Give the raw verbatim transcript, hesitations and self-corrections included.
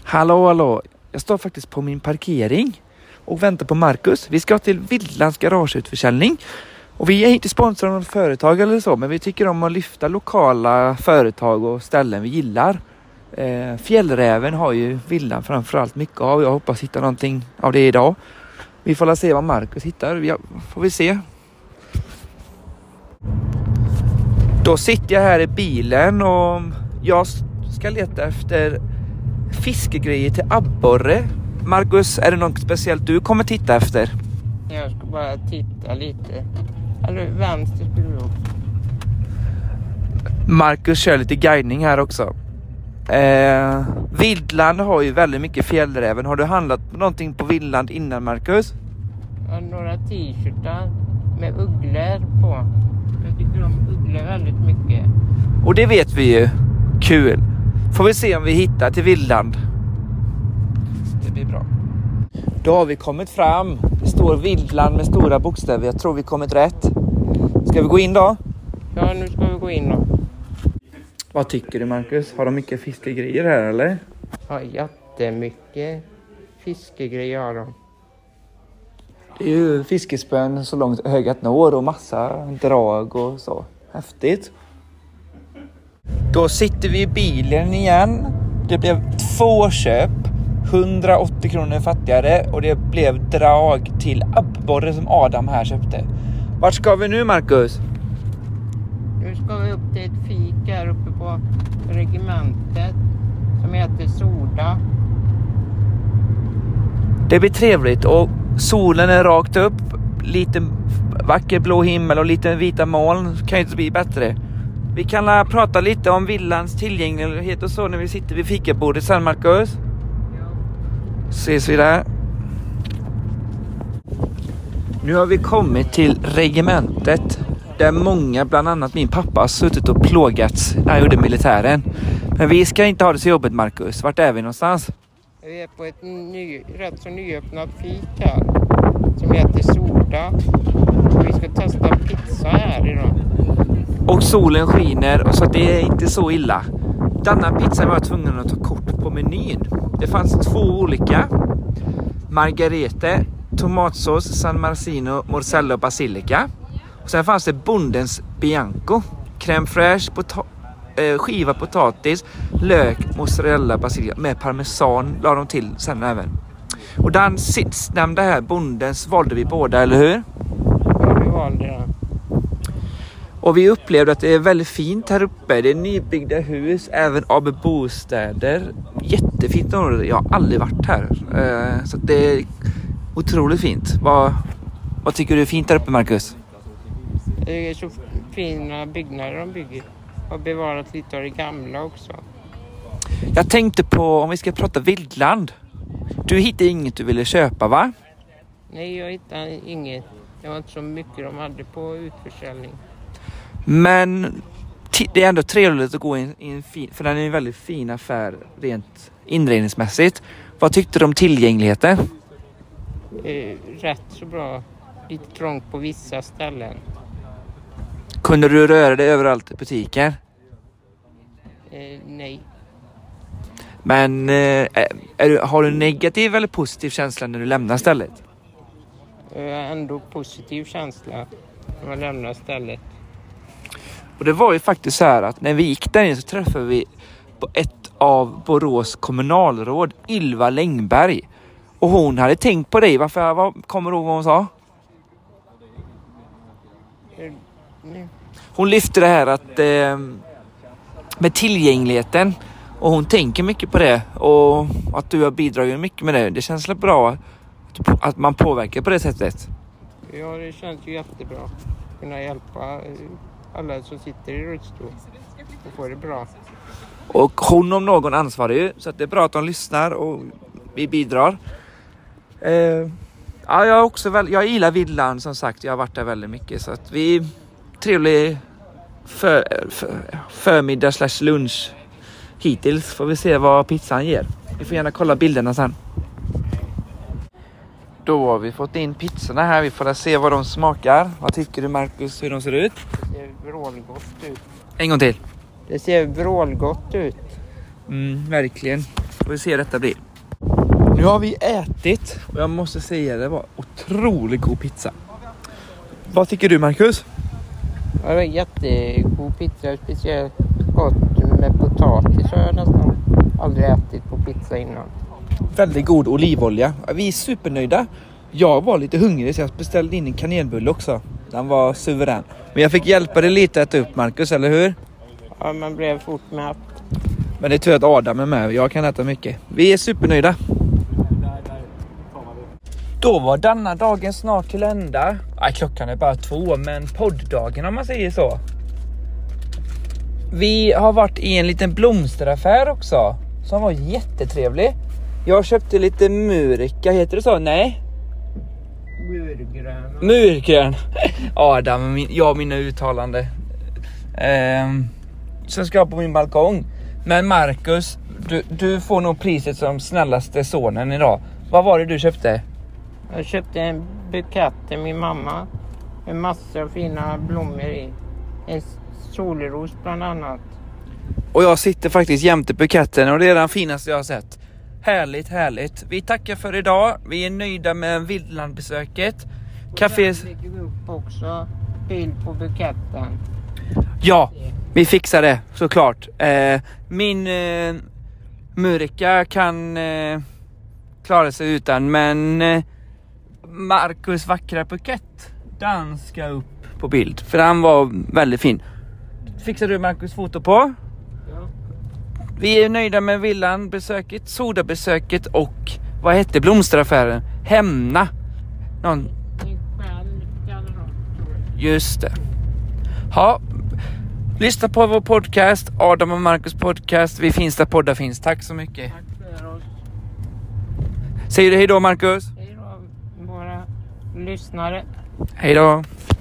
Hallå, hallå. Jag står faktiskt på min parkering och väntar på Marcus. Vi ska till Vildlands garageutförsäljning. Och vi är inte sponsrade av något företag eller så, men vi tycker om att lyfta lokala företag och ställen vi gillar. Eh, Fjällräven har ju Vildland framförallt mycket av. Jag hoppas hitta någonting av det idag. Vi får se vad Marcus hittar. Ja, får vi se. Då sitter jag här i bilen och jag ska leta efter fiskegrejer till abborre. Marcus, är det något speciellt du kommer titta efter? Jag ska bara titta lite. Eller vänster skulle du. Marcus kör lite guidning här också. Eh, Vildland har ju väldigt mycket fjällräven. Har du handlat någonting på Vildland innan, Marcus? Ja, några t-shirtar med ugglor på. Jag tycker om ugglor väldigt mycket. Och det vet vi ju. Kul. Får vi se om vi hittar till Vildland. Det blir bra. Då har vi kommit fram. Det står Vildland med stora bokstäver. Jag tror vi kommit rätt. Ska vi gå in då? Ja, nu ska vi gå in då. Vad tycker du, Marcus? Har de mycket fiskegrejer här eller? Ja, jättemycket fiskegrejer har de. Det är ju fiskespön så långt ögat når och massa drag och så. Häftigt. Då sitter vi i bilen igen. Det blev två köp. hundraåttio kronor fattigare och det blev drag till abborre som Adam här köpte. Vart ska vi nu, Marcus? Nu ska vi upp till ett fik här uppe på regementet som heter Soda. Det blir trevligt och solen är rakt upp. Lite vacker blå himmel och lite vita moln. Kan ju inte bli bättre. Vi kan prata lite om Vildlands tillgänglighet och så när vi sitter vid fikabordet sen, Marcus. Ses vi där. Nu har vi kommit till regementet där många, bland annat min pappa, har suttit och plågats när jag gjorde militären. Men vi ska inte ha det så jobbigt, Marcus. Vart är vi någonstans? Vi är på ett ny, rätt så nyöppnat fik här som heter Soda. Och vi ska testa pizza här idag. Och solen skiner så det är inte så illa. Denna pizza var jag tvungen att ta kort på menyn. Det fanns två olika. Margarete, tomatsås, San Marzino, mozzarella och basilika. Och sen fanns det Bondens Bianco. Crème fraîche, pota- eh, skiva potatis, lök, mozzarella, basilika med parmesan la de till sen även. Och den sistnämnda här, Bondens, valde vi båda, eller hur? Ja, vi valde den. Och vi upplevde att det är väldigt fint här uppe. Det är nybyggda hus, även A B-bostäder. Jättefint område. Jag har aldrig varit här. Så det är otroligt fint. Vad, vad tycker du är fint här uppe, Marcus? Det är så fina byggnader de bygger. Och bevarat lite av det gamla också. Jag tänkte på, om vi ska prata Vildland. Du hittade inget du ville köpa, va? Nej, jag hittade inget. Det var inte så mycket de hade på utförsäljning. Men t- det är ändå trevligt att gå in i en fin, för den är en väldigt fin affär rent inredningsmässigt. Vad tyckte du om tillgängligheten? Eh, rätt så bra. Lite trångt på vissa ställen. Kunde du röra dig överallt i butiken? Eh, nej. Men eh, är du, har du negativ eller positiv känsla när du lämnar stället? Eh, ändå positiv känsla när man lämnar stället. Och det var ju faktiskt så här att när vi gick där in så träffade vi på ett av Borås kommunalråd, Ylva Längberg. Och hon hade tänkt på dig. Varför? Vad, kommer du ihåg vad hon sa? Eh, nej. Hon lyfte det här att eh, med tillgängligheten. Och hon tänker mycket på det. Och att du har bidragit mycket med det. Det känns lite bra att man påverkar på det sättet. Ja, det känns ju jättebra. Kunna hjälpa alla som sitter i rullstol och få det bra. Och hon om någon ansvarar ju. Så att det är bra att de lyssnar och vi bidrar. Eh, ja, jag, också väl, jag gillar Vildland som sagt. Jag har varit där väldigt mycket. Så att vi trevlig för, för, förmiddag slash lunch hittills. Får vi se vad pizzan ger. Vi får gärna kolla bilderna sen. Då har vi fått in pizzorna här. Vi får se vad de smakar. Vad tycker du, Marcus, hur de ser ut? Det ser vrålgott ut. En gång till. Det ser vrålgott ut. Mm, verkligen. Får vi se hur detta blir. Nu har vi ätit och jag måste säga det var otroligt god pizza. Vad tycker du, Marcus? Ja, det var jättegod pizza, speciellt gott med potatis har jag nästan aldrig ätit på pizza innan. Väldigt god olivolja. Vi är supernöjda. Jag var lite hungrig så jag beställde in en kanelbulle också. Den var suverän. Men jag fick hjälpa dig lite att äta upp, Marcus, eller hur? Ja, man blev fort med. Men det är tur att Adam är med. Jag kan äta mycket. Vi är supernöjda. Då var denna dagen snart till ända. Nej, klockan är bara två, men podddagen om man säger så. Vi har varit i en liten blomsteraffär också, som var jättetrevlig. Jag köpte lite murika, heter det så? Nej? Murgrön. Murgrön. Adam, min, jag och mina uttalande. Ehm, sen ska jag på min balkong. Men Marcus, du, du får nog priset som snällaste sonen idag. Vad var det du köpte? Jag köpte en bukett till min mamma. Med massor av fina blommor i. En solros bland annat. Och jag sitter faktiskt jämte buketten och det är den finaste jag har sett. Härligt, härligt. Vi tackar för idag. Vi är nöjda med Vildlandbesöket. Café... Och lägger vi upp också bild på buketten. Ja, vi fixar det såklart. Eh, min eh, Murika kan eh, klara sig utan, men eh, Marcus vackra bukett, den ska upp på bild. För han var väldigt fin. Fixar du Marcus foto på? Ja. Vi är nöjda med Vildlandbesöket, Sodabesöket och vad hette blomsteraffären? Hemna. Någon... Just det. Ja, lyssna på vår podcast, Adam och Marcus podcast. Vi finns där poddar finns. Tack så mycket. Tack för oss. Säger du hej då, Marcus? Hej då, våra lyssnare. Hej då.